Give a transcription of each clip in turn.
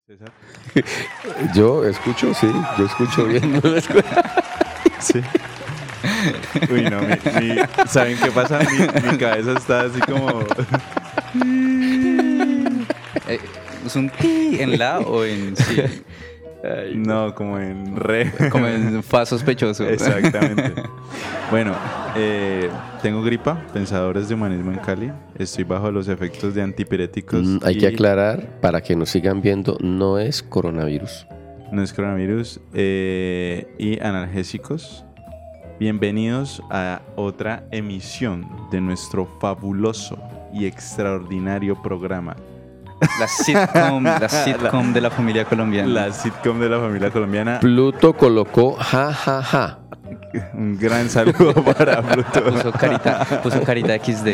César. Yo escucho, sí, yo escucho bien. Sí. Uy, no, ¿saben qué pasa? Mi cabeza está así como... ¿Es un ti en la o en sí? No, como en re. Como en fa sospechoso. Exactamente. Bueno, tengo gripa, Pensadores de Humanismo en Cali. Estoy bajo los efectos de antipiréticos. Hay que aclarar, para que nos sigan viendo, no es coronavirus. No es coronavirus. Y analgésicos. Bienvenidos a otra emisión de nuestro fabuloso y extraordinario programa. La sitcom de la familia colombiana. La sitcom de la familia colombiana. Pluto colocó ja, ja, ja. Un gran saludo para Pluto. Puso carita XD.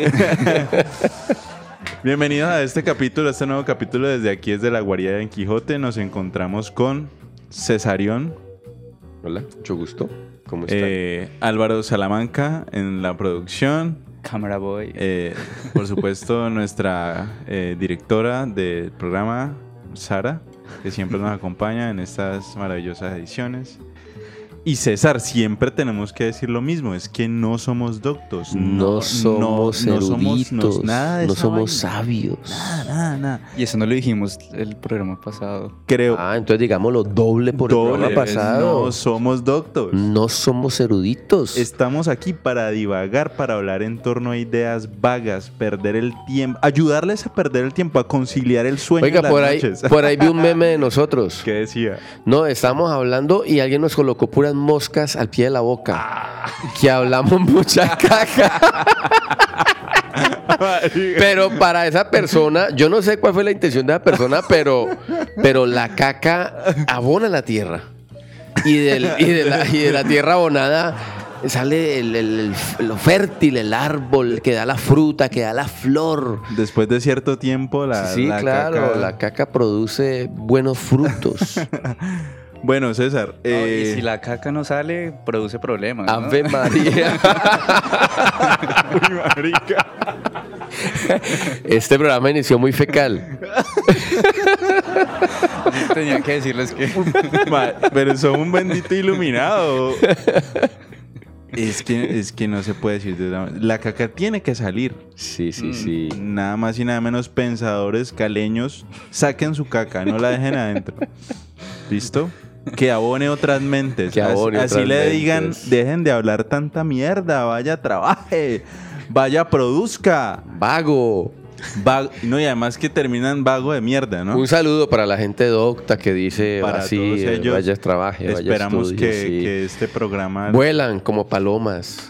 Bienvenidos a este capítulo, a este nuevo capítulo desde aquí, desde la guarida de Don Quijote. Nos encontramos con Cesarión. Hola, mucho gusto. ¿Cómo están? Álvaro Salamanca en la producción. Camera Boy. Por supuesto, nuestra directora del programa, Sara, que siempre nos acompaña en estas maravillosas ediciones. Y César, siempre tenemos que decir lo mismo, es que no somos doctos. No somos eruditos, nada de no esa somos vaina. sabios. Nada. Y eso no lo dijimos el programa pasado. Creo. Entonces digámoslo doble por el programa pasado. No somos doctos. No somos eruditos. Estamos aquí para divagar, para hablar en torno a ideas vagas, perder el tiempo, ayudarles a perder el tiempo, a conciliar el sueño. Oiga, en las noches. por ahí vi un meme de nosotros. ¿Qué decía? No, estábamos hablando y alguien nos colocó puras moscas al pie de la boca. Que hablamos mucha caca. Pero para esa persona, yo no sé cuál fue la intención de esa persona, pero la caca abona la tierra. Y de la tierra abonada sale lo fértil, el árbol que da la fruta, que da la flor. Después de cierto tiempo, la caca produce buenos frutos. Bueno, César. Y si la caca no sale, produce problemas, ¿no? Ave María. Uy, marica. Este programa inició muy fecal. Tenía que decirles que... Pero son un bendito iluminado. Es que no se puede decir de la caca tiene que salir. Sí. Nada más y nada menos pensadores caleños, saquen su caca, no la dejen adentro. ¿Listo? Que abone otras mentes. Así le digan, dejen de hablar tanta mierda, vaya, trabaje, vaya, produzca. Vago. No, y además que terminan vago de mierda, ¿no? Un saludo para la gente docta que dice Para así, todos ellos, vaya trabaje, vaya esperamos estudie, que este programa... Vuelan como palomas.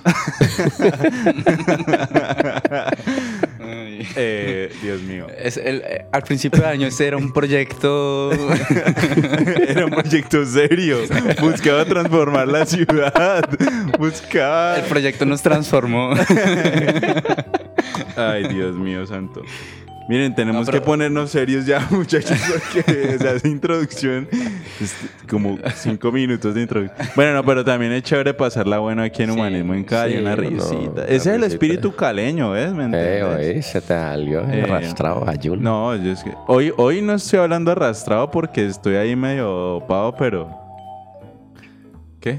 Dios mío. Al principio del año este era un proyecto... Era un proyecto serio. Buscaba transformar la ciudad. El proyecto nos transformó. Ay, Dios mío santo. Miren, tenemos que ponernos serios ya, muchachos, porque esa introducción es como 5 minutos de introducción. Bueno, no, pero también es chévere pasarla bueno aquí en Humanismo en Cali, una risita. Ese es el espíritu caleño, ¿ves? ¿Me entiendes? Se te salió arrastrado, ayuno. No, yo es que hoy no estoy hablando arrastrado porque estoy ahí medio dopado, pero... ¿Qué?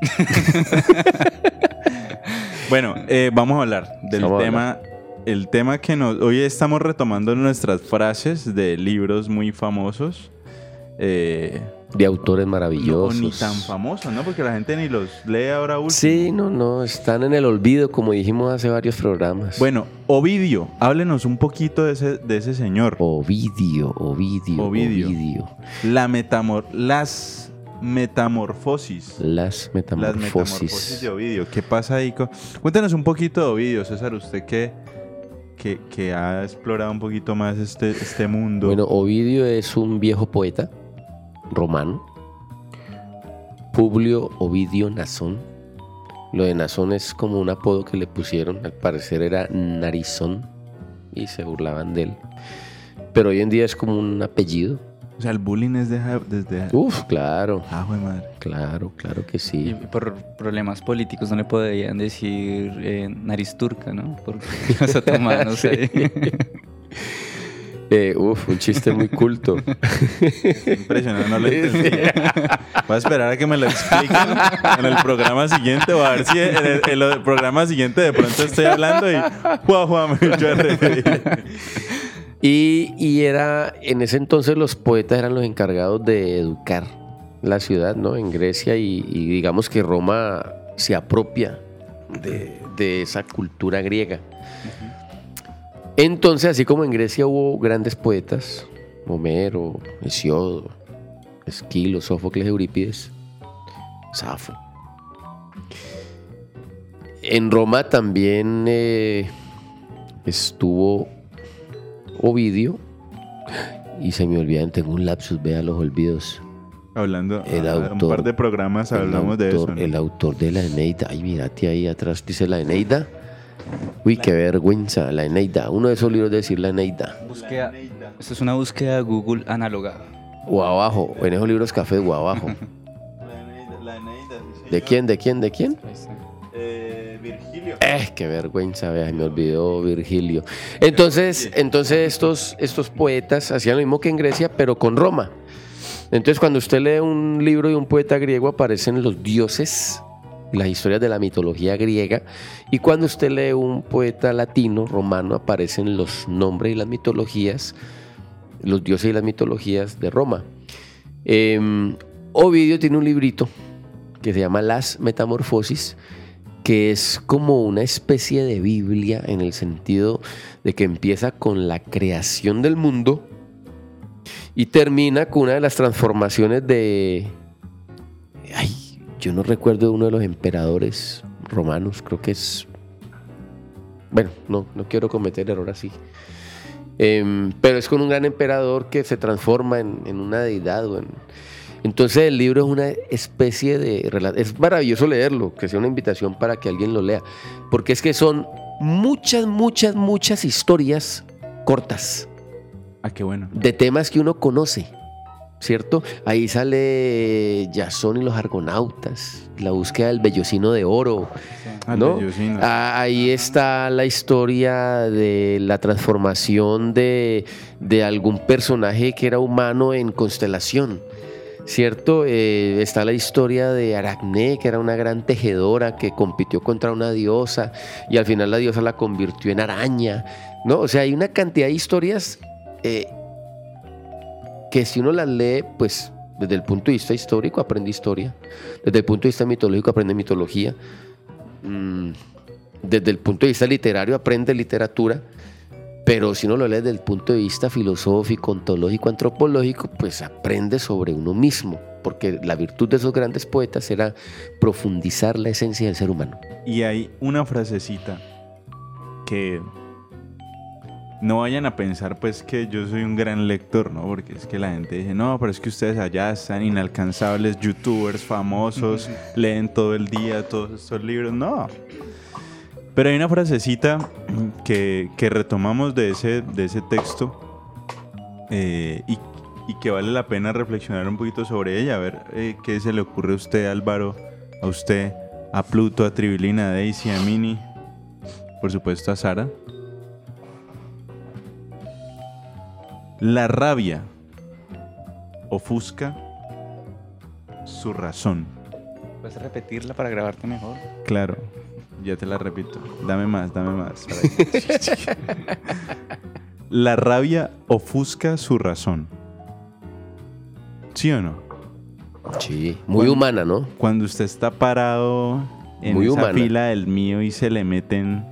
Bueno, vamos a hablar del tema... El tema que hoy estamos retomando nuestras frases de libros muy famosos. De autores maravillosos. No, ni tan famosos, ¿no? Porque la gente ni los lee ahora último. Sí, no, están en el olvido, como dijimos hace varios programas. Bueno, Ovidio, háblenos un poquito de ese señor. Ovidio. Las metamorfosis. Las metamorfosis de Ovidio. ¿Qué pasa ahí? Cuéntanos un poquito de Ovidio, César, usted que ha explorado un poquito más este mundo. Bueno, Ovidio es un viejo poeta romano. Publio Ovidio Nasón. Lo de Nasón es como un apodo que le pusieron. Al parecer era narizón y se burlaban de él. Pero hoy en día es como un apellido. O sea, el bullying es desde... Uf, claro. Güey, madre. Claro que sí. Y por problemas políticos no le podían decir nariz turca, ¿no? Porque los otomanos... Un chiste muy culto. Impresionante, no lo entendí. Voy a esperar a que me lo expliquen en el programa siguiente o a ver si en el programa siguiente de pronto estoy hablando y me echo a reír. Y era, en ese entonces los poetas eran los encargados de educar la ciudad, ¿no? En Grecia y digamos que Roma se apropia de esa cultura griega. Entonces, así como en Grecia hubo grandes poetas, Homero, Hesiodo, Esquilo, Sófocles, Eurípides, Safo. En Roma también estuvo Ovidio, y se me olvidan, tengo un lapsus, vea los olvidos. Hablando, un par de programas hablamos de eso, ¿no? El autor de la Eneida. Ay, mírate ahí atrás, dice la Eneida. Uy, qué vergüenza, la Eneida. Uno de esos libros de decir la Eneida. Búsqueda. Esto es una búsqueda de Google análoga. O abajo, en esos libros cafés o abajo. La Eneida, sí, ¿De quién? Virgilio. Qué vergüenza, vea, me olvidó Virgilio. Entonces estos poetas hacían lo mismo que en Grecia, pero con Roma. Entonces, cuando usted lee un libro de un poeta griego, aparecen los dioses, las historias de la mitología griega. Y cuando usted lee un poeta latino, romano, aparecen los nombres y las mitologías, los dioses y las mitologías de Roma. Ovidio tiene un librito que se llama Las Metamorfosis, que es como una especie de Biblia en el sentido de que empieza con la creación del mundo y termina con una de las transformaciones de... yo no recuerdo de uno de los emperadores romanos, creo que es... Bueno, no quiero cometer error así. Pero es con un gran emperador que se transforma en una deidad. Entonces el libro es una especie de... Es maravilloso leerlo, que sea una invitación para que alguien lo lea. Porque es que son muchas historias cortas. Qué bueno. De temas que uno conoce, ¿cierto? Ahí sale Jasón y los argonautas, la búsqueda del vellocino de oro, ¿no? Ahí está la historia de la transformación de algún personaje que era humano en constelación, ¿cierto? Está la historia de Aracné, que era una gran tejedora que compitió contra una diosa y al final la diosa la convirtió en araña, ¿no? O sea, hay una cantidad de historias que si uno las lee, pues desde el punto de vista histórico aprende historia, desde el punto de vista mitológico aprende mitología, desde el punto de vista literario aprende literatura, pero si uno lo lee desde el punto de vista filosófico, ontológico, antropológico, pues aprende sobre uno mismo, porque la virtud de esos grandes poetas era profundizar la esencia del ser humano. Y hay una frasecita que... No vayan a pensar pues que yo soy un gran lector, ¿no? Porque es que la gente dice, no, pero es que ustedes allá están inalcanzables, youtubers famosos, leen todo el día todos estos libros. No. Pero hay una frasecita que retomamos de ese texto y que vale la pena reflexionar un poquito sobre ella. A ver qué se le ocurre a usted, Álvaro, a usted, a Pluto, a Tribilina, a Daisy, a Mini, por supuesto a Sara. La rabia ofusca su razón. ¿Puedes repetirla para grabarte mejor? Claro, ya te la repito. Dame más. La rabia ofusca su razón. ¿Sí o no? Sí, muy humana, ¿no? Cuando usted está parado en muy esa humana. fila del mío y se le meten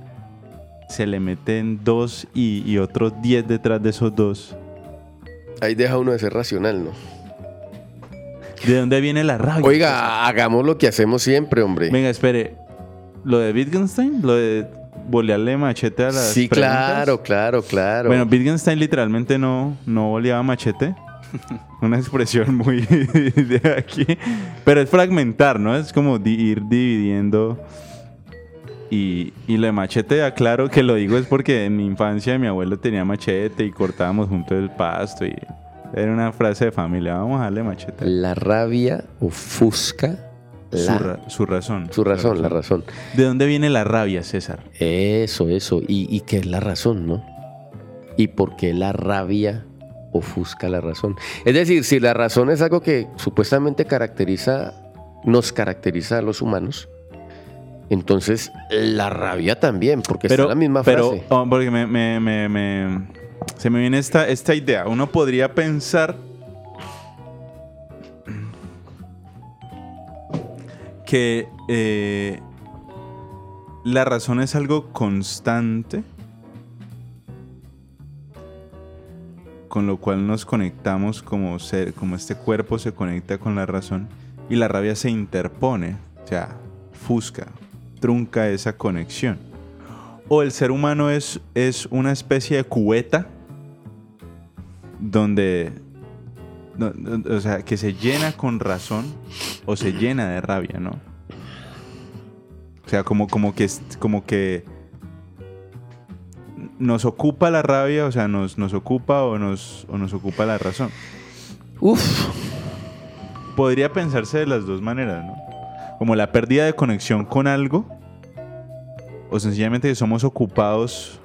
2 y otros 10 detrás de esos 2. Ahí deja uno de ser racional, ¿no? ¿De dónde viene la rabia? Oiga, hagamos lo que hacemos siempre, hombre. Venga, espere. ¿Lo de Wittgenstein? ¿Lo de bolearle machete a las Sí, preguntas? claro. Bueno, Wittgenstein literalmente no boleaba machete. Una expresión muy de aquí. Pero es fragmentar, ¿no? Es como ir dividiendo. Y lo de machete, aclaro que lo digo es porque en mi infancia mi abuelo tenía machete y cortábamos juntos el pasto y era una frase de familia, vamos a darle machete. La rabia ofusca su razón. La razón. ¿De dónde viene la rabia, César? Eso. ¿Y qué es la razón, no? y por qué la rabia ofusca la razón. Es decir, si la razón es algo que supuestamente nos caracteriza a los humanos, entonces la rabia también, porque está en la misma frase. Pero, porque se me viene esta idea. Uno podría pensar que la razón es algo constante, con lo cual nos conectamos como ser, como este cuerpo se conecta con la razón, y la rabia se interpone, o sea, ofusca, trunca esa conexión. O el ser humano es una especie de cubeta donde, o sea, que se llena con razón o se llena de rabia, ¿no? O sea, como que nos ocupa la rabia, o sea, nos ocupa o nos ocupa la razón. Uf. Podría pensarse de las dos maneras, ¿no? Como la pérdida de conexión con algo, o sencillamente que somos ocupados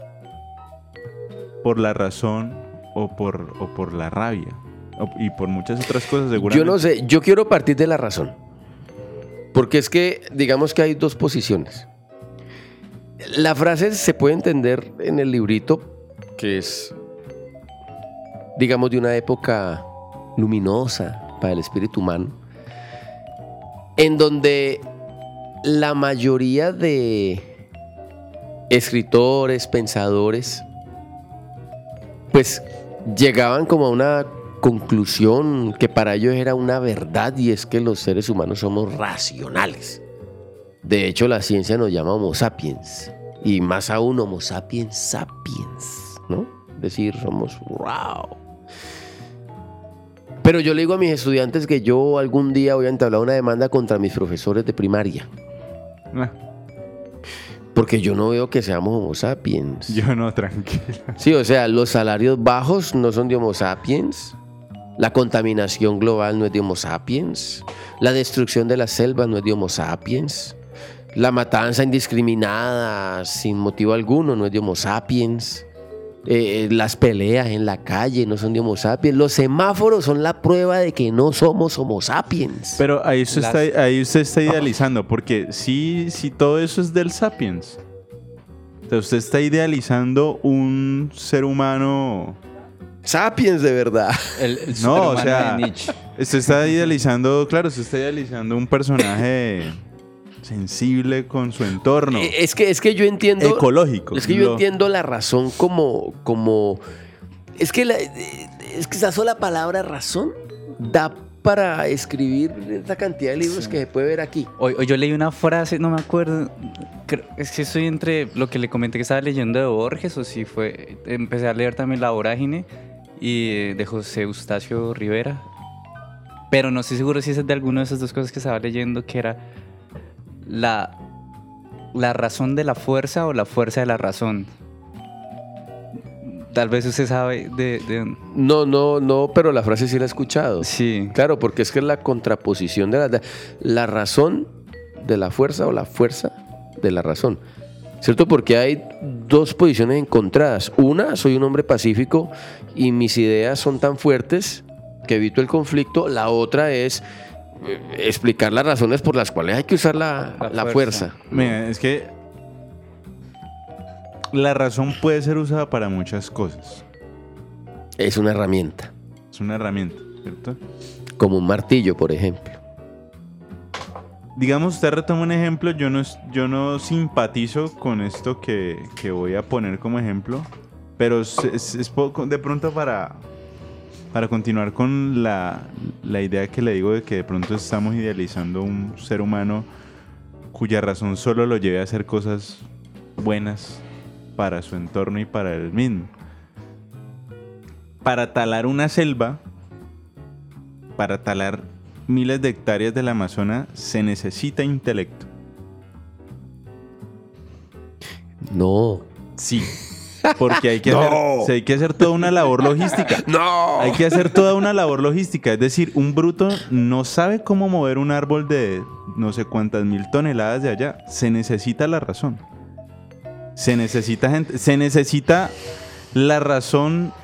por la razón o por la rabia, y por muchas otras cosas seguramente. Yo no sé, yo quiero partir de la razón. Porque es que, digamos que hay dos posiciones. La frase se puede entender en el librito, que es, digamos, de una época luminosa para el espíritu humano, en donde la mayoría de escritores, pensadores, pues llegaban como a una conclusión que para ellos era una verdad, y es que los seres humanos somos racionales. De hecho, la ciencia nos llama Homo sapiens, y más aún Homo sapiens sapiens, ¿no? Es decir, somos wow. Pero yo le digo a mis estudiantes que yo algún día voy a entablar una demanda contra mis profesores de primaria. Porque yo no veo que seamos Homo sapiens. Yo no, tranquilo. Sí, o sea, los salarios bajos no son de Homo sapiens. La contaminación global no es de Homo sapiens. La destrucción de las selvas no es de Homo sapiens. La matanza indiscriminada sin motivo alguno no es de Homo sapiens. Las peleas en la calle no son de Homo sapiens. Los semáforos son la prueba de que no somos Homo sapiens. Pero ahí usted está idealizando, porque sí, todo eso es del sapiens. O sea, usted está idealizando un ser humano sapiens de verdad. El no, o superhumano sea, de Nietzsche. usted está idealizando, claro, usted está idealizando un personaje sensible con su entorno. Es que yo entiendo. Ecológico. Es que yo entiendo la razón como. Es que esa sola palabra razón da para escribir esta cantidad de libros que se puede ver aquí. Hoy yo leí una frase, no me acuerdo. Es que estoy entre lo que le comenté que estaba leyendo de Borges, o si fue. Empecé a leer también La Vorágine y de José Eustacio Rivera. Pero no estoy seguro si es de alguna de esas dos cosas que estaba leyendo, que era la razón de la fuerza o la fuerza de la razón. Tal vez usted sabe de... No, pero la frase sí la he escuchado. Sí. Claro, porque es que es la contraposición de la razón de la fuerza o la fuerza de la razón. ¿Cierto? Porque hay dos posiciones encontradas. Una, soy un hombre pacífico y mis ideas son tan fuertes que evito el conflicto. La otra es explicar las razones por las cuales hay que usar la fuerza. Mira, es que la razón puede ser usada para muchas cosas. Es una herramienta. Es una herramienta, ¿cierto? Como un martillo, por ejemplo. Digamos, usted retoma un ejemplo, yo no simpatizo con esto que voy a poner como ejemplo, pero es poco, de pronto para continuar con la idea que le digo de que de pronto estamos idealizando un ser humano cuya razón solo lo lleve a hacer cosas buenas para su entorno y para él mismo. Para talar una selva, para talar miles de hectáreas del Amazonas, se necesita intelecto. No. Sí. Porque hay que hacer toda una labor logística. ¡No! Hay que hacer toda una labor logística. Es decir, un bruto no sabe cómo mover un árbol de no sé cuántas mil toneladas de allá. Se necesita la razón. Se necesita gente. Se necesita la razón,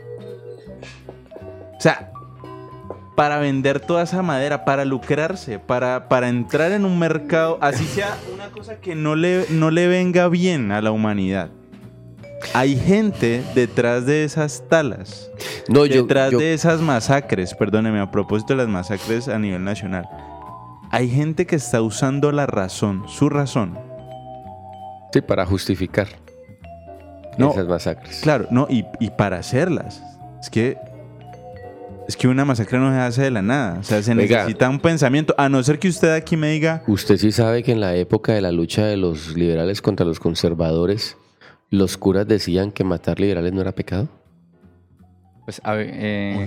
o sea, para vender toda esa madera, para lucrarse, para entrar en un mercado, así sea una cosa que no le venga bien a la humanidad. Hay gente detrás de esas talas, detrás de esas masacres, perdóneme, a propósito de las masacres a nivel nacional. Hay gente que está usando la razón, su razón. Sí, para justificar esas masacres. Claro, no, y para hacerlas. Es que una masacre no se hace de la nada. O sea, se necesita un pensamiento. A no ser que usted aquí me diga... Usted sí sabe que en la época de la lucha de los liberales contra los conservadores, los curas decían que matar liberales no era pecado. Pues, a ver...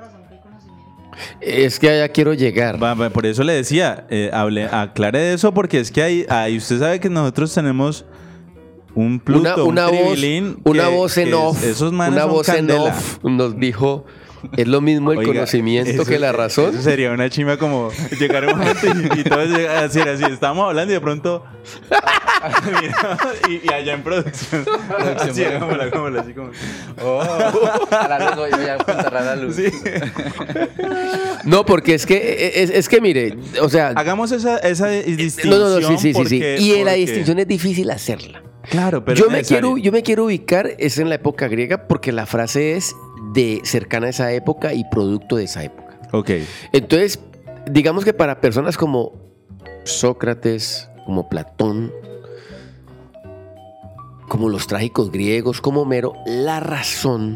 Es que allá quiero llegar. Por eso le decía, aclare de eso, porque es que ahí usted sabe que nosotros tenemos un Pluto, una voz en off. Esos manes una son voz candela. en off nos dijo... Es lo mismo el conocimiento que la razón. Eso sería una chima como llegar un momento y todos así, estábamos hablando y de pronto y allá en producción así, así como a la luz, yo ya a la luz. Sí. No, porque es que mire, o sea, hagamos esa distinción. No, sí. Y la distinción es difícil hacerla. Claro, pero yo me quiero ubicar es en la época griega porque la frase es cercana a esa época y producto de esa época. Ok. Entonces, digamos que para personas como Sócrates, como Platón, como los trágicos griegos, como Homero, la razón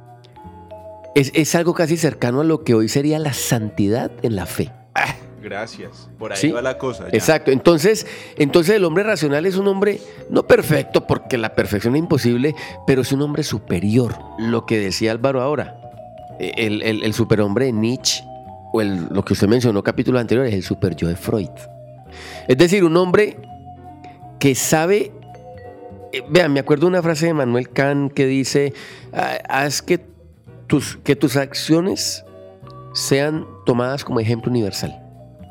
es algo casi cercano a lo que hoy sería la santidad en la fe. Gracias. Por ahí ¿Sí? va la cosa. Ya. Exacto. Entonces el hombre racional es un hombre no perfecto, porque la perfección es imposible, pero es un hombre superior. Lo que decía Álvaro ahora, el superhombre de Nietzsche, o lo que usted mencionó en capítulos anteriores, es el superyo de Freud. Es decir, un hombre que sabe... Vean, me acuerdo de una frase de Manuel Kant que dice, haz que tus acciones sean tomadas como ejemplo universal.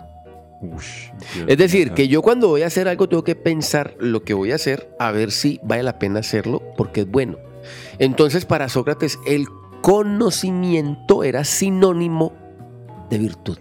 Es decir, que yo cuando voy a hacer algo tengo que pensar lo que voy a hacer, a ver si vale la pena hacerlo porque es bueno. Entonces, para Sócrates, el conocimiento era sinónimo de virtud.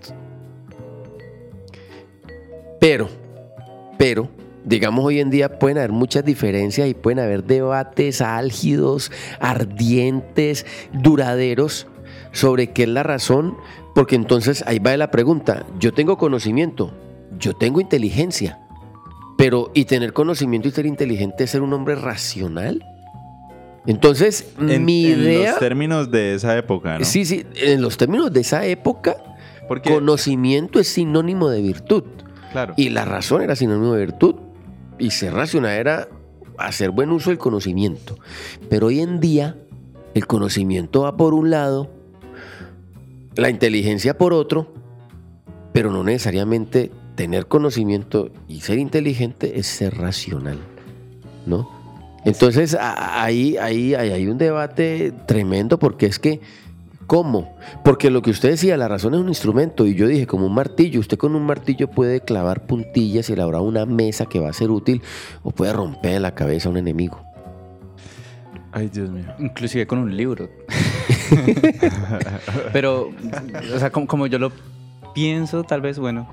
Pero, digamos, hoy en día pueden haber muchas diferencias y pueden haber debates álgidos, ardientes, duraderos sobre qué es la razón. Porque entonces ahí va la pregunta, yo tengo conocimiento, yo tengo inteligencia, pero ¿y tener conocimiento y ser inteligente es ser un hombre racional? Entonces, mi idea... En los términos de esa época, ¿no? Sí, en los términos de esa época, porque conocimiento es sinónimo de virtud. Claro. Y la razón era sinónimo de virtud, y ser racional era hacer buen uso del conocimiento. Pero hoy en día, el conocimiento va por un lado, la inteligencia por otro, pero no necesariamente tener conocimiento y ser inteligente es ser racional, ¿no? Entonces ahí hay un debate tremendo porque es que, ¿cómo? Porque lo que usted decía, la razón es un instrumento y yo dije como un martillo, usted con un martillo puede clavar puntillas y elaborar una mesa que va a ser útil o puede romper la cabeza a un enemigo. Ay, Dios mío. Inclusive con un libro. Pero, o sea, como yo lo pienso, tal vez, bueno,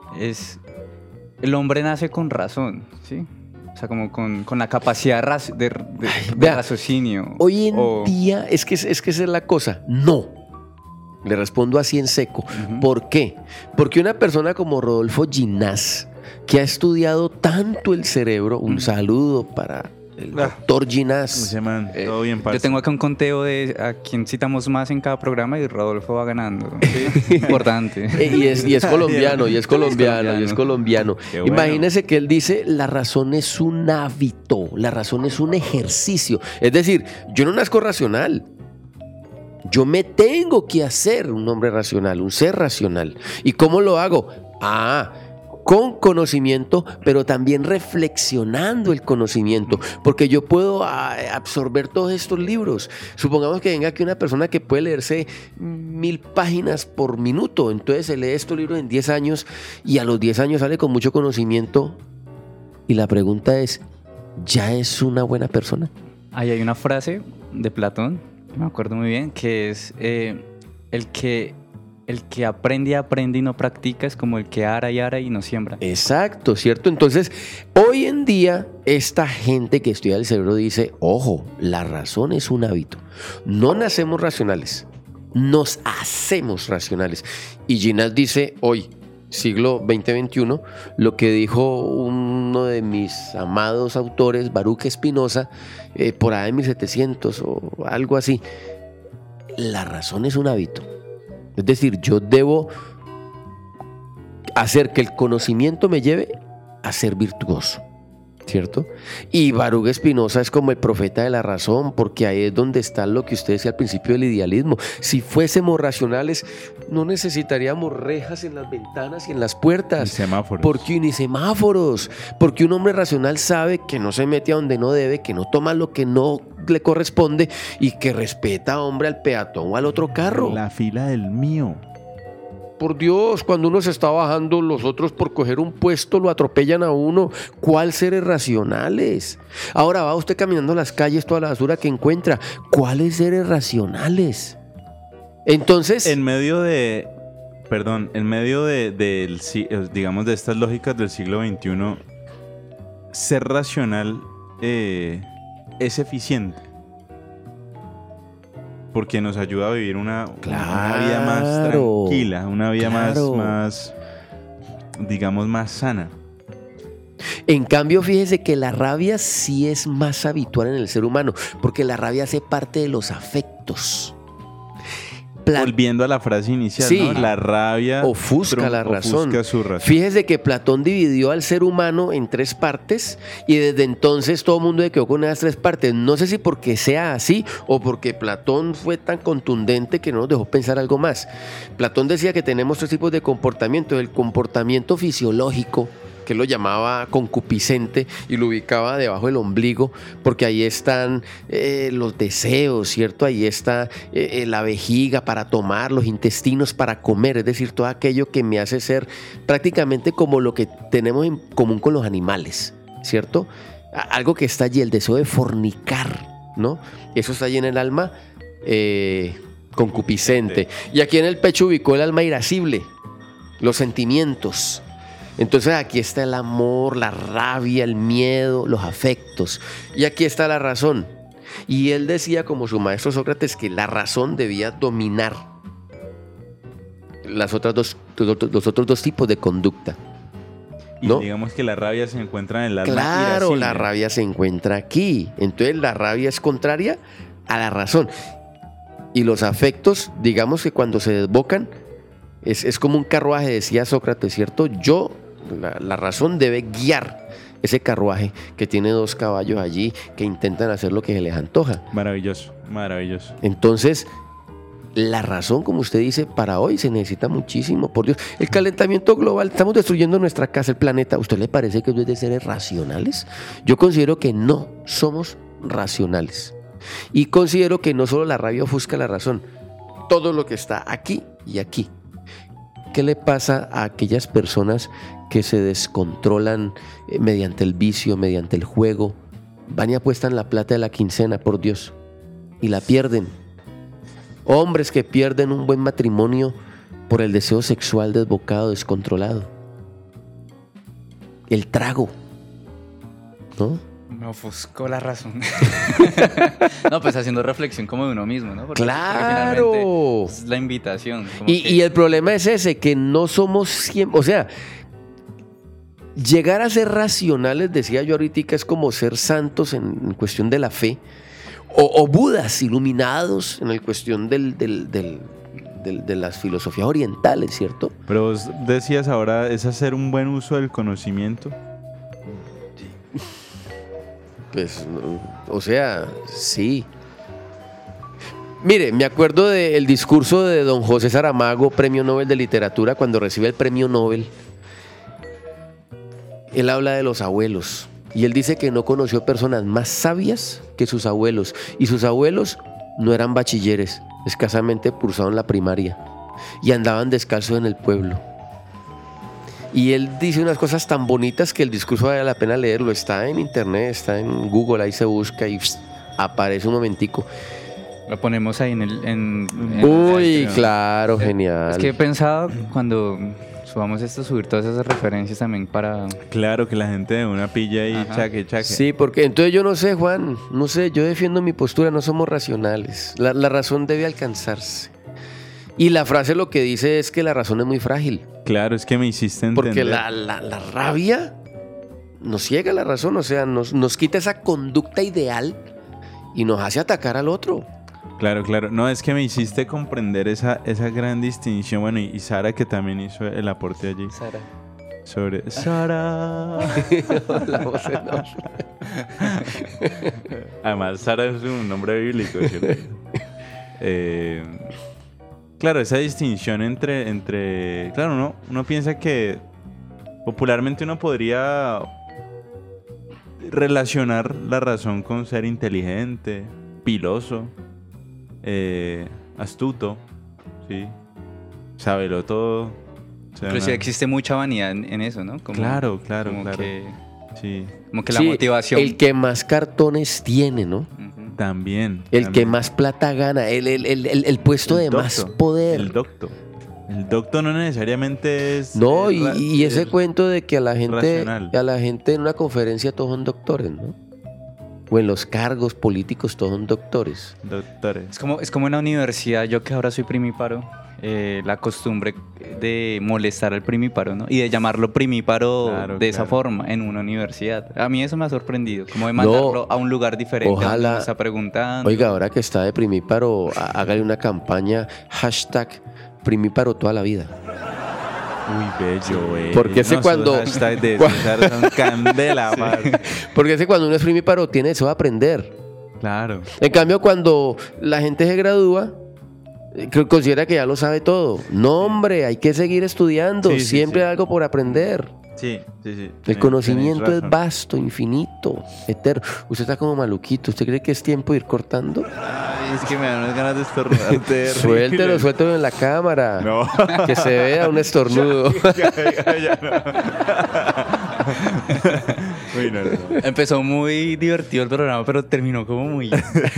el hombre nace con razón, ¿sí? O sea, como con la capacidad de raciocinio. Hoy en día, es que esa es la cosa. No. Le respondo así en seco. Uh-huh. ¿Por qué? Porque una persona como Rodolfo Ginás, que ha estudiado tanto el cerebro, un saludo para el doctor Ginás. Todo bien, yo tengo acá un conteo de a quién citamos más en cada programa y Rodolfo va ganando. Importante. Y es colombiano. Bueno. Imagínese que él dice, la razón es un hábito, la razón es un ejercicio. Es decir, yo no nazco racional. Yo me tengo que hacer un hombre racional, un ser racional. ¿Y cómo lo hago? Con conocimiento, pero también reflexionando el conocimiento, porque yo puedo absorber todos estos libros. Supongamos que venga aquí una persona que puede leerse 1000 páginas por minuto, entonces se lee estos libros en 10 años y a los 10 años sale con mucho conocimiento y la pregunta es, ¿ya es una buena persona? Ahí hay una frase de Platón, me acuerdo muy bien, que es el que aprende y no practica es como el que ara y no siembra. Exacto, ¿cierto? Entonces, hoy en día, esta gente que estudia el cerebro dice, ojo, la razón es un hábito. No nacemos racionales, nos hacemos racionales. Y Ginás dice hoy, siglo 2021, lo que dijo uno de mis amados autores, Baruch Spinoza, por ahí en 1700 o algo así. La razón es un hábito. Es decir, yo debo hacer que el conocimiento me lleve a ser virtuoso, ¿cierto? Y Baruch Spinoza es como el profeta de la razón, porque ahí es donde está lo que usted decía al principio del idealismo. Si fuésemos racionales, no necesitaríamos rejas en las ventanas y en las puertas. Ni semáforos. Ni semáforos. Porque un hombre racional sabe que no se mete a donde no debe, que no toma lo que no le corresponde y que respeta, hombre, al peatón o al otro carro. La fila del mío. Por Dios, cuando uno se está bajando, los otros por coger un puesto lo atropellan a uno. ¿Cuál seres racionales? Ahora va usted caminando las calles, toda la basura que encuentra. ¿Cuáles seres racionales? Entonces, En medio de digamos, de estas lógicas del siglo XXI, ser racional es eficiente. Porque nos ayuda a vivir una vida más tranquila, una vida más, digamos, más sana. en cambio, fíjese que la rabia sí es más habitual en el ser humano, porque la rabia hace parte de los afectos. Volviendo a la frase inicial, Sí. ¿no? La rabia Ofusca la razón. ofusca su razón. Fíjese que Platón dividió al ser humano en 3 partes y desde entonces todo el mundo se quedó con esas 3 partes. No sé si porque sea así o porque Platón fue tan contundente que no nos dejó pensar algo más. Platón decía que tenemos 3 tipos de comportamiento. El comportamiento fisiológico, que él lo llamaba concupiscente y lo ubicaba debajo del ombligo, porque ahí están los deseos, ¿cierto? Ahí está la vejiga para tomar, los intestinos para comer, es decir, todo aquello que me hace ser prácticamente como lo que tenemos en común con los animales, ¿cierto? Algo que está allí, el deseo de fornicar, ¿no? Eso está allí en el alma concupiscente. Y aquí en el pecho ubicó el alma irascible, los sentimientos. Entonces aquí está el amor, la rabia, el miedo, los afectos. Y aquí está la razón. Y él decía, como su maestro Sócrates, que la razón debía dominar los otros 2 tipos de conducta. ¿No? Y digamos que la rabia se encuentra en el alma Claro, irascible. la rabia se encuentra aquí. Entonces la rabia es contraria a la razón. Y los afectos, digamos que cuando se desbocan, es como un carruaje, decía Sócrates, ¿cierto? La razón debe guiar ese carruaje que tiene 2 caballos allí que intentan hacer lo que se les antoja. Maravilloso, maravilloso. Entonces, la razón, como usted dice, para hoy se necesita muchísimo, por Dios. El calentamiento global, estamos destruyendo nuestra casa, el planeta. ¿A usted le parece que eso es de seres racionales? Yo considero que no somos racionales. Y considero que no solo la rabia ofusca la razón, todo lo que está aquí y aquí. ¿Qué le pasa a aquellas personas que se descontrolan mediante el vicio, mediante el juego? Van y apuestan la plata de la quincena, por Dios, y la pierden. Hombres que pierden un buen matrimonio por el deseo sexual desbocado, descontrolado. El trago, ¿no? Me ofuscó la razón. No, pues haciendo reflexión como de uno mismo, ¿no? Porque ¡Claro! finalmente es la invitación. Como Y el problema es ese, que no somos siempre, o sea, llegar a ser racionales, decía yo ahorita, es como ser santos en cuestión de la fe, o budas iluminados en la cuestión de las filosofías orientales, ¿cierto? Pero vos decías ahora, es hacer un buen uso del conocimiento. Pues, o sea, sí. Mire, me acuerdo del discurso de don José Saramago, premio Nobel de Literatura, cuando recibe el premio Nobel. Él habla de los abuelos y él dice que no conoció personas más sabias que sus abuelos. Y sus abuelos no eran bachilleres, escasamente cursaron la primaria y andaban descalzos en el pueblo. Y él dice unas cosas tan bonitas que el discurso vale la pena leerlo. Está en internet, está en Google, ahí se busca y aparece un momentico. Lo ponemos ahí en el Uy, ¿no? claro, genial. Es que he pensado cuando subamos esto, subir todas esas referencias también para... Claro, que la gente de una pilla y Ajá. chaque. Sí, porque entonces yo no sé, Juan, no sé, yo defiendo mi postura, no somos racionales. La razón debe alcanzarse. Y la frase lo que dice es que la razón es muy frágil. Claro, es que me hiciste entender. Porque la rabia nos ciega la razón, o sea, nos quita esa conducta ideal y nos hace atacar al otro. Claro. No, es que me hiciste comprender esa gran distinción. Bueno, y Sara, que también hizo el aporte allí. Sara. Sobre... Sara. La voz en off. Además, Sara es un nombre bíblico, ¿cierto? Claro, esa distinción entre claro, uno piensa que popularmente uno podría relacionar la razón con ser inteligente, piloso, astuto, ¿sí? Sábelo todo. O sea, Pero sí existe mucha vanidad en eso, ¿no? Claro. Que, Sí, como que la Sí, motivación... el que más cartones tiene, ¿no? Ujú. también. El que también. más plata gana, el puesto de más poder. El docto no necesariamente es... No, es y ese es cuento de que a la racional. gente en una conferencia todos son doctores, ¿no? O en los cargos políticos todos son doctores. Doctores. Es como en la universidad, yo que ahora soy primíparo, la costumbre de molestar al primíparo, ¿no? Y de llamarlo primíparo Claro, de esa claro. forma en una universidad. A mí eso me ha sorprendido, como de mandarlo a un lugar diferente, a donde ojalá- uno está preguntando. Oiga, ahora que está de primíparo, hágale una campaña, #primíparo toda la vida. Uy, bello, güey. Porque ese No, cuando- esos hashtags de César son candela, parce. Porque es que cuando uno es primíparo tiene eso de aprender. Claro. En cambio, cuando la gente se gradúa, considera que ya lo sabe todo. No, hombre, hay que seguir estudiando. Sí, sí, Siempre sí. hay algo por aprender. Sí. El conocimiento es razón. vasto, infinito, eterno. Usted está como maluquito. ¿Usted cree que es tiempo de ir cortando? Ay, es que me dan unas ganas de estornudar. Suéltelo en la cámara. No. Que se vea un estornudo. Ya, no. Uy, no. Empezó muy divertido el programa, pero terminó como muy...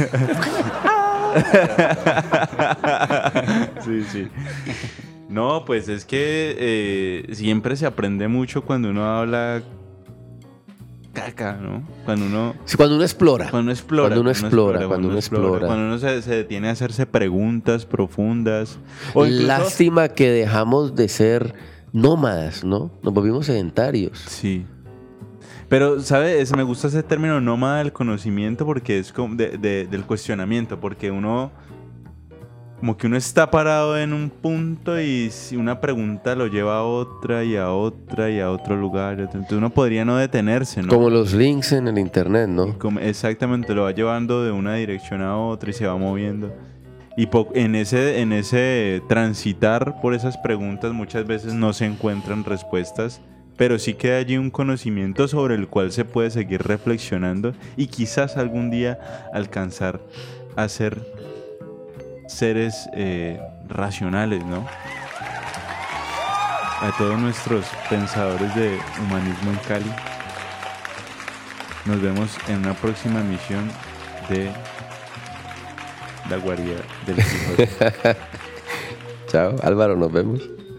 Sí. No, pues es que siempre se aprende mucho cuando uno habla caca, ¿no? Cuando uno Sí, cuando uno explora. explora. Cuando uno explora. Cuando uno se detiene a hacerse preguntas profundas. O incluso- Lástima que dejamos de ser nómadas, ¿no? Nos volvimos sedentarios. Sí. Pero, ¿sabes? Me gusta ese término nómada del conocimiento porque es como del cuestionamiento, porque uno, como que uno está parado en un punto y si una pregunta lo lleva a otra y a otra y a otro lugar. Entonces uno podría no detenerse, ¿no? Como los links en el internet, ¿no? Exactamente, lo va llevando de una dirección a otra y se va moviendo. Y en ese transitar por esas preguntas muchas veces no se encuentran respuestas, pero sí queda allí un conocimiento sobre el cual se puede seguir reflexionando y quizás algún día alcanzar a ser seres racionales, ¿no? A todos nuestros pensadores de humanismo en Cali, nos vemos en una próxima emisión de La Guarida del Quijote. Chao, Álvaro, nos vemos.